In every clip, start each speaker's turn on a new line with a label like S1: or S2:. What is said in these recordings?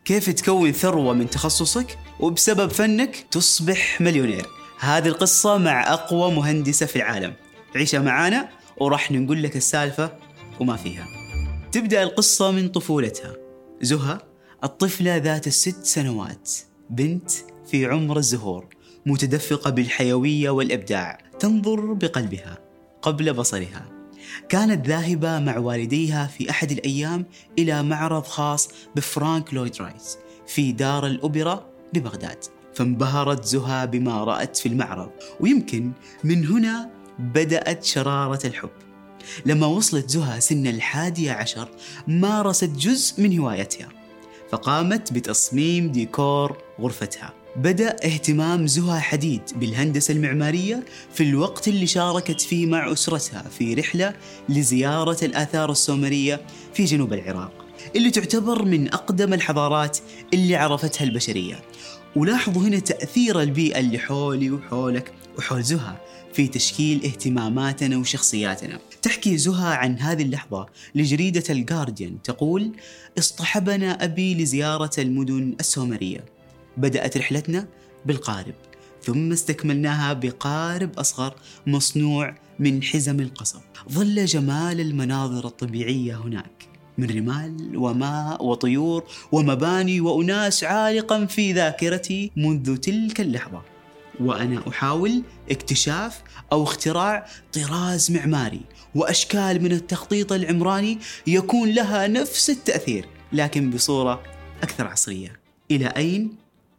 S1: كيف تكون ثروة من تخصصك وبسبب فنك تصبح مليونير. هذه القصة مع أقوى مهندسة في العالم. عيشها معانا وراح نقول لك السالفة وما فيها. تبدأ القصة من طفولتها. زهى الطفلة ذات 6 سنوات، بنت في عمر الزهور، متدفقة بالحيوية والإبداع، تنظر بقلبها قبل بصرها. كانت ذاهبة مع والديها في أحد الأيام إلى معرض خاص بفرانك لويد رايت في دار الأوبرا ببغداد، فانبهرت زهى بما رأت في المعرض، ويمكن من هنا بدأت شرارة الحب. لما وصلت زهى سن 11 مارست جزء من هوايتها، فقامت بتصميم ديكور غرفتها. بدأ اهتمام زهى حديد بالهندسة المعمارية في الوقت اللي شاركت فيه مع أسرتها في رحلة لزيارة الآثار السومرية في جنوب العراق، اللي تعتبر من أقدم الحضارات اللي عرفتها البشرية. ولاحظوا هنا تأثير البيئة اللي حولي وحولك وحول زهى في تشكيل اهتماماتنا وشخصياتنا. تحكي زهى عن هذه اللحظة لجريدة الجارديان، تقول: اصطحبنا أبي لزيارة المدن السومرية. بدأت رحلتنا بالقارب، ثم استكملناها بقارب أصغر مصنوع من حزم القصب. ظل جمال المناظر الطبيعية هناك من رمال وماء وطيور ومباني وأناس عالقا في ذاكرتي منذ تلك اللحظة، وأنا أحاول اكتشاف أو اختراع طراز معماري وأشكال من التخطيط العمراني يكون لها نفس التأثير لكن بصورة أكثر عصرية. إلى أين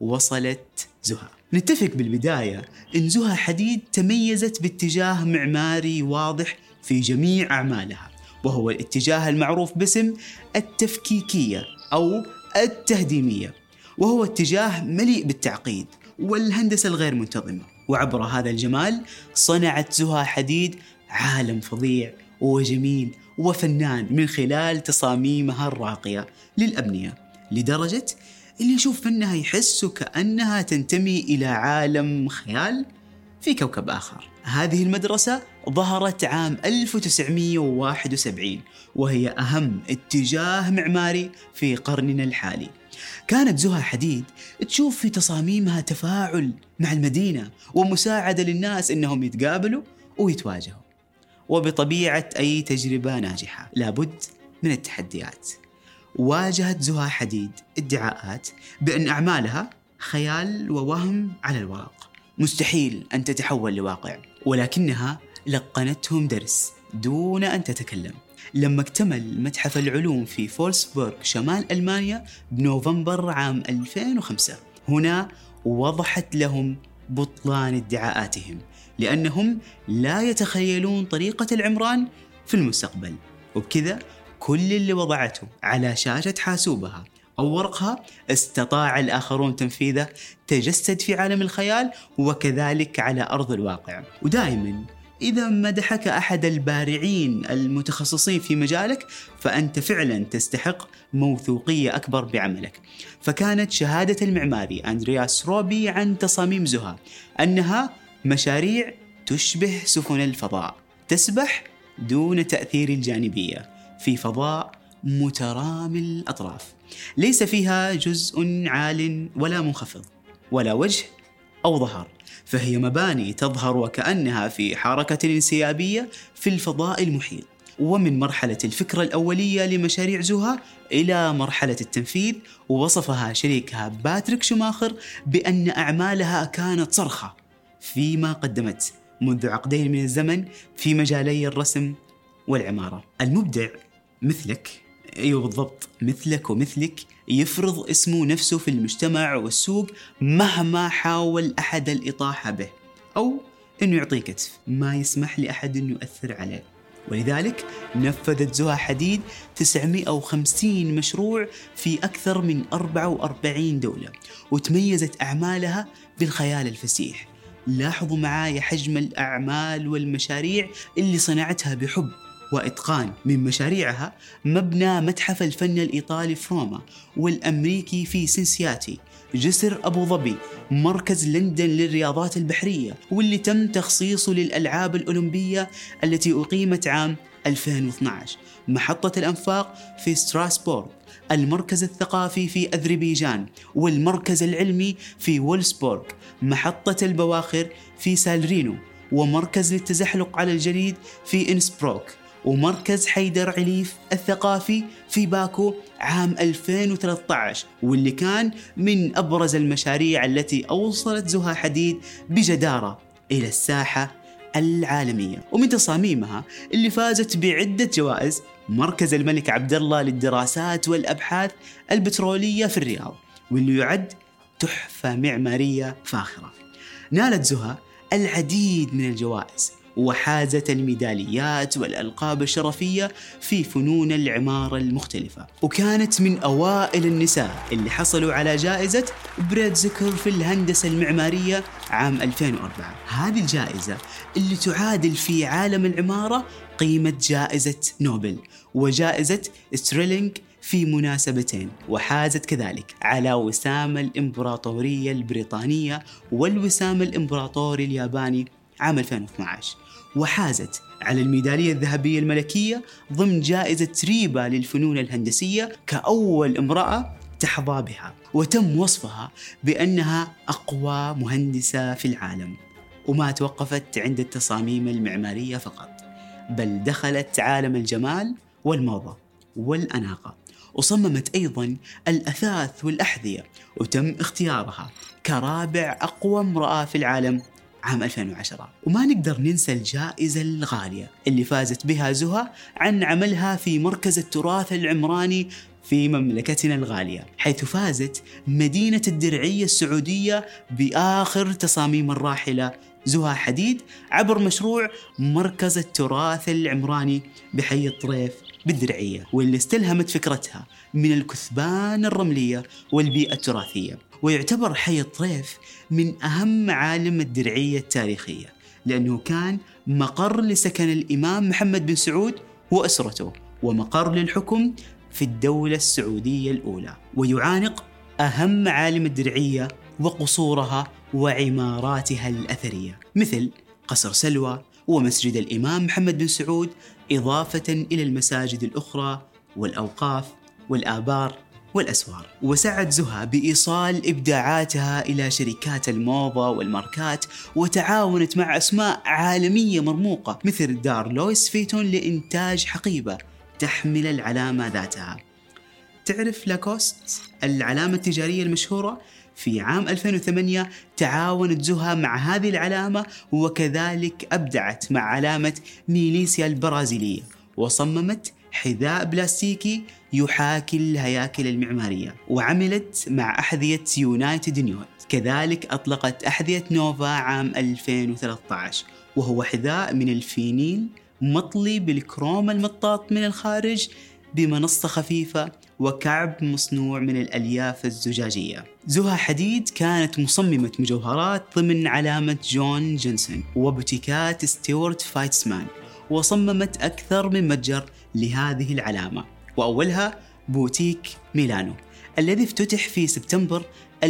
S1: وصلت زهى؟ نتفق بالبداية إن زهى حديد تميزت باتجاه معماري واضح في جميع أعمالها، وهو الاتجاه المعروف باسم التفكيكية أو التهديمية، وهو اتجاه مليء بالتعقيد والهندسة الغير منتظمة. وعبر هذا الجمال صنعت زهى حديد عالم فظيع وجميل وفنان من خلال تصاميمها الراقية للأبنية، لدرجة اللي يشوف فنها يحس كأنها تنتمي إلى عالم خيال في كوكب آخر. هذه المدرسة ظهرت عام 1971، وهي أهم اتجاه معماري في قرننا الحالي. كانت زهى حديد تشوف في تصاميمها تفاعل مع المدينة ومساعدة للناس إنهم يتقابلوا ويتواجهوا. وبطبيعة أي تجربة ناجحة لابد من التحديات. واجهت زهى حديد ادعاءات بأن أعمالها خيال ووهم على الورق، مستحيل أن تتحول لواقع، ولكنها لقنتهم درس دون أن تتكلم. لما اكتمل متحف العلوم في فولسبورغ شمال ألمانيا بنوفمبر عام 2005، هنا وضحت لهم بطلان ادعاءاتهم، لأنهم لا يتخيلون طريقة العمران في المستقبل. وبكذا كل اللي وضعته على شاشة حاسوبها أو ورقها استطاع الآخرون تنفيذه، تجسد في عالم الخيال وكذلك على أرض الواقع. ودائما إذا مدحك أحد البارعين المتخصصين في مجالك فأنت فعلا تستحق موثوقية أكبر بعملك. فكانت شهادة المعماري أندرياس روبي عن تصاميم زهى أنها مشاريع تشبه سفن الفضاء، تسبح دون تأثير الجانبية في فضاء مترامي الأطراف، ليس فيها جزء عال ولا منخفض ولا وجه أو ظهر، فهي مباني تظهر وكأنها في حركة انسيابية في الفضاء المحيط. ومن مرحلة الفكرة الأولية لمشاريع زهى إلى مرحلة التنفيذ، ووصفها شريكها باتريك شوماخر بأن أعمالها كانت صرخة فيما قدمت منذ عقدين من الزمن في مجالي الرسم والعمارة. المبدع مثلك، أيوة بالضبط، مثلك ومثلك، يفرض اسمه نفسه في المجتمع والسوق مهما حاول أحد الإطاحة به أو أنه يعطيه كتف، ما يسمح لأحد أنه يؤثر عليه. ولذلك نفذت زهى حديد 950 مشروع في أكثر من 44 دولة، وتميزت أعمالها بالخيال الفسيح. لاحظوا معايا حجم الأعمال والمشاريع اللي صنعتها بحب وإتقان. من مشاريعها مبنى متحف الفن الإيطالي في روما، والأمريكي في سنسياتي، جسر أبو ظبي، مركز لندن للرياضات البحرية واللي تم تخصيصه للألعاب الأولمبية التي أقيمت عام 2012، محطة الأنفاق في ستراسبورغ، المركز الثقافي في أذربيجان، والمركز العلمي في وولسبورغ، محطة البواخر في سالرينو، ومركز للتزحلق على الجليد في إنسبروك، ومركز حيدر عليف الثقافي في باكو عام 2013، واللي كان من أبرز المشاريع التي أوصلت زها حديد بجدارة إلى الساحة العالمية. ومن تصاميمها اللي فازت بعدة جوائز مركز الملك عبد الله للدراسات والأبحاث البترولية في الرياض، واللي يعد تحفة معمارية فاخرة. نالت زها العديد من الجوائز وحازت الميداليات والألقاب الشرفية في فنون العمارة المختلفة، وكانت من أوائل النساء اللي حصلوا على جائزة بريتزكر في الهندسة المعمارية عام 2004. هذه الجائزة اللي تعادل في عالم العمارة قيمة جائزة نوبل وجائزة ستريلينغ في مناسبتين، وحازت كذلك على وسام الإمبراطورية البريطانية والوسام الإمبراطوري الياباني عام 2012، وحازت على الميدالية الذهبية الملكية ضمن جائزة ريبا للفنون الهندسية كأول امرأة تحظى بها، وتم وصفها بأنها أقوى مهندسة في العالم. وما توقفت عند التصاميم المعمارية فقط، بل دخلت عالم الجمال والموضة والأناقة، وصممت أيضا الأثاث والأحذية، وتم اختيارها كرابع أقوى امرأة في العالم عام 2010. وما نقدر ننسى الجائزة الغالية اللي فازت بها زها عن عملها في مركز التراث العمراني في مملكتنا الغالية، حيث فازت مدينة الدرعية السعودية بآخر تصاميم الراحلة زها حديد عبر مشروع مركز التراث العمراني بحي الطريف بالدرعية، واللي استلهمت فكرتها من الكثبان الرملية والبيئة التراثية. ويعتبر حي الطريف من أهم معالم الدرعية التاريخية، لأنه كان مقر لسكن الإمام محمد بن سعود وأسرته، ومقر للحكم في الدولة السعودية الأولى، ويعانق أهم معالم الدرعية وقصورها وعماراتها الأثرية مثل قصر سلوى ومسجد الإمام محمد بن سعود، إضافة إلى المساجد الأخرى والأوقاف والآبار والأسوار. وسعت زها بإيصال إبداعاتها إلى شركات الموضة والماركات، وتعاونت مع أسماء عالمية مرموقة مثل دار لويس فيتون لإنتاج حقيبة تحمل العلامة ذاتها. تعرف لاكوست العلامة التجارية المشهورة؟ في عام 2008 تعاونت زها مع هذه العلامة، وكذلك أبدعت مع علامة ميليسيا البرازيلية، وصممت حذاء بلاستيكي يحاكي الهياكل المعمارية، وعملت مع أحذية يونايتد نيوت. كذلك أطلقت أحذية نوفا عام 2013، وهو حذاء من الفينيل مطلي بالكروم المطاط من الخارج بمنصة خفيفة وكعب مصنوع من الألياف الزجاجية. زها حديد كانت مصممة مجوهرات ضمن علامة جون جنسون وبوتيكات ستيوارت فايتسمان، وصممت أكثر من متجر لهذه العلامة، وأولها بوتيك ميلانو الذي افتتح في سبتمبر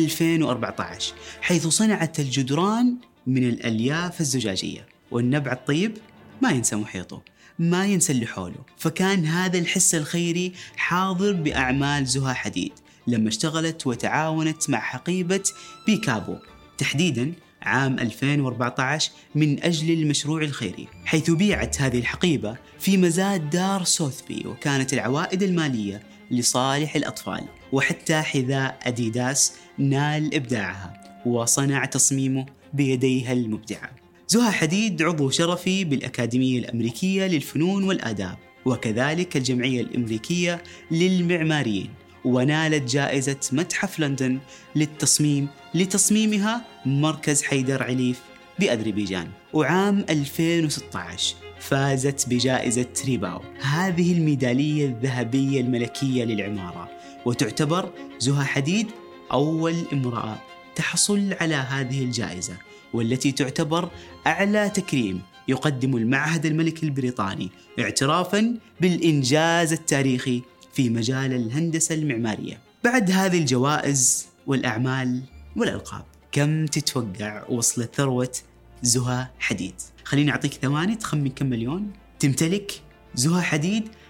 S1: 2014، حيث صنعت الجدران من الألياف الزجاجية. والنبع الطيب ما ينسى محيطه، ما ينسى اللي حوله، فكان هذا الحس الخيري حاضر بأعمال زها حديد لما اشتغلت وتعاونت مع حقيبة بيكابو تحديداً عام 2014 من أجل المشروع الخيري، حيث بيعت هذه الحقيبة في مزاد دار سوثبي، وكانت العوائد المالية لصالح الأطفال. وحتى حذاء أديداس نال إبداعها وصنع تصميمه بيديها المبدعة. زها حديد عضو شرفي بالأكاديمية الأمريكية للفنون والآداب، وكذلك الجمعية الأمريكية للمعماريين، ونالت جائزة متحف لندن للتصميم لتصميمها مركز حيدر عليف بأذربيجان. وعام 2016 فازت بجائزة ريباو، هذه الميدالية الذهبية الملكية للعمارة، وتعتبر زها حديد أول امرأة تحصل على هذه الجائزة، والتي تعتبر أعلى تكريم يقدم المعهد الملكي البريطاني اعترافاً بالإنجاز التاريخي في مجال الهندسة المعمارية. بعد هذه الجوائز والأعمال والألقاب، كم تتوقع وصلت ثروة زها حديد؟ خليني أعطيك ثواني تخمن كم مليون. تمتلك زها حديد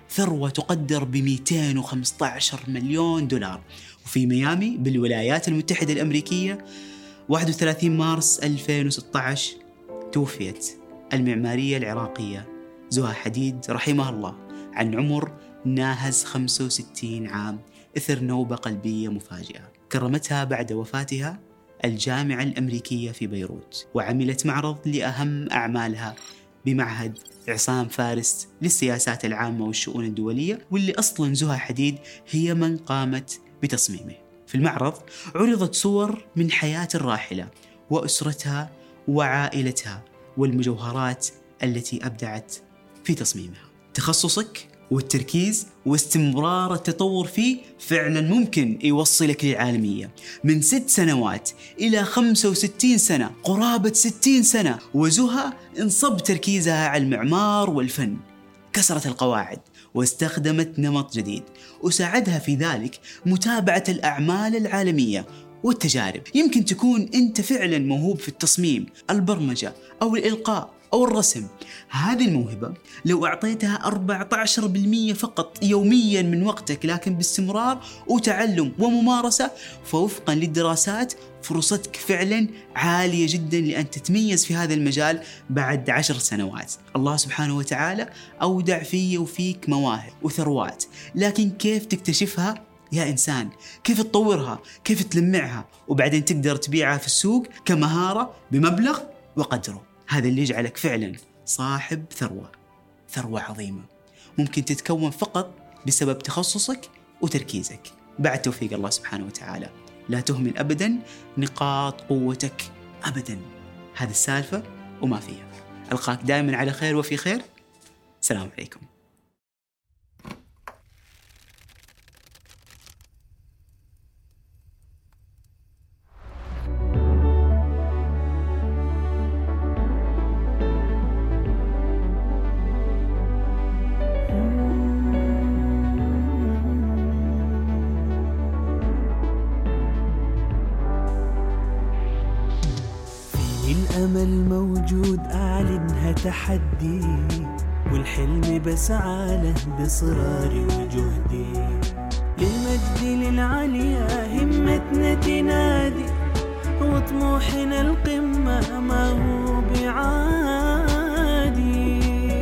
S1: ثروة تقدر ب$215 مليون. وفي ميامي بالولايات المتحدة الأمريكية 31 مارس 2016 توفيت المعمارية العراقية زها حديد رحمها الله عن عمر ناهز 65 عام إثر نوبة قلبية مفاجئة كرمتها بعد وفاتها الجامعة الأمريكية في بيروت، وعملت معرض لأهم أعمالها بمعهد عصام فارس للسياسات العامة والشؤون الدولية، واللي أصلاً زها حديد هي من قامت بتصميمه. في المعرض عرضت صور من حياة الراحلة وأسرتها وعائلتها والمجوهرات التي أبدعت في تصميمها. تخصصك والتركيز واستمرار التطور فيه فعلا ممكن يوصلك للعالمية. من 6 سنوات إلى 65 سنة، قرابة 60 سنة، وزها انصب تركيزها على المعمار والفن، كسرت القواعد واستخدمت نمط جديد، وساعدها في ذلك متابعة الأعمال العالمية والتجارب. يمكن تكون أنت فعلا موهوب في التصميم، البرمجة أو الإلقاء أو الرسم. هذه الموهبة لو أعطيتها 14% فقط يوميا من وقتك، لكن باستمرار وتعلم وممارسة، فوفقا للدراسات فرصتك فعلا عالية جدا لأن تتميز في هذا المجال بعد 10 سنوات. الله سبحانه وتعالى أودع في وفيك مواهب وثروات، لكن كيف تكتشفها يا إنسان؟ كيف تطورها؟ كيف تلمعها؟ وبعدين تقدر تبيعها في السوق كمهارة بمبلغ وقدره. هذا اللي يجعلك فعلا صاحب ثروة عظيمة ممكن تتكون فقط بسبب تخصصك وتركيزك بعد توفيق الله سبحانه وتعالى. لا تهمل أبدا نقاط قوتك أبدا. هذه السالفة وما فيها. ألقاك دائما على خير وفي خير. السلام عليكم.
S2: الأمل موجود أعلنها تحدي، والحلم بسعى له بإصراري وجهدي. للمجد للعليا همتنا تنادي، وطموحنا القمة ما هو بعادي.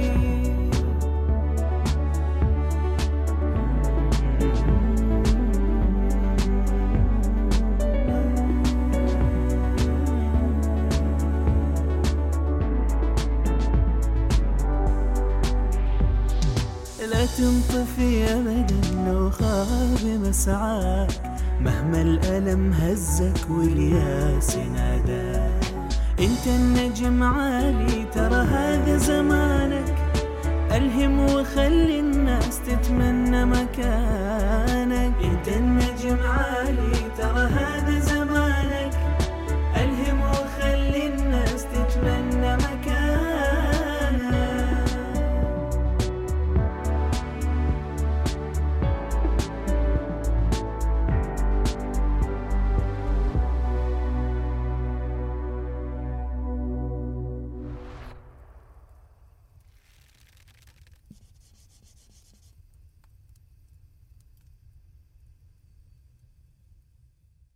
S2: لا تنطفي أبدا لو خاب مسعاك، مهما الألم هزك والياس ناداك. انت النجم عالي ترى هذا زمانك، ألهم وخلي الناس تتمنى مكانك. انت النجم عالي ترى هذا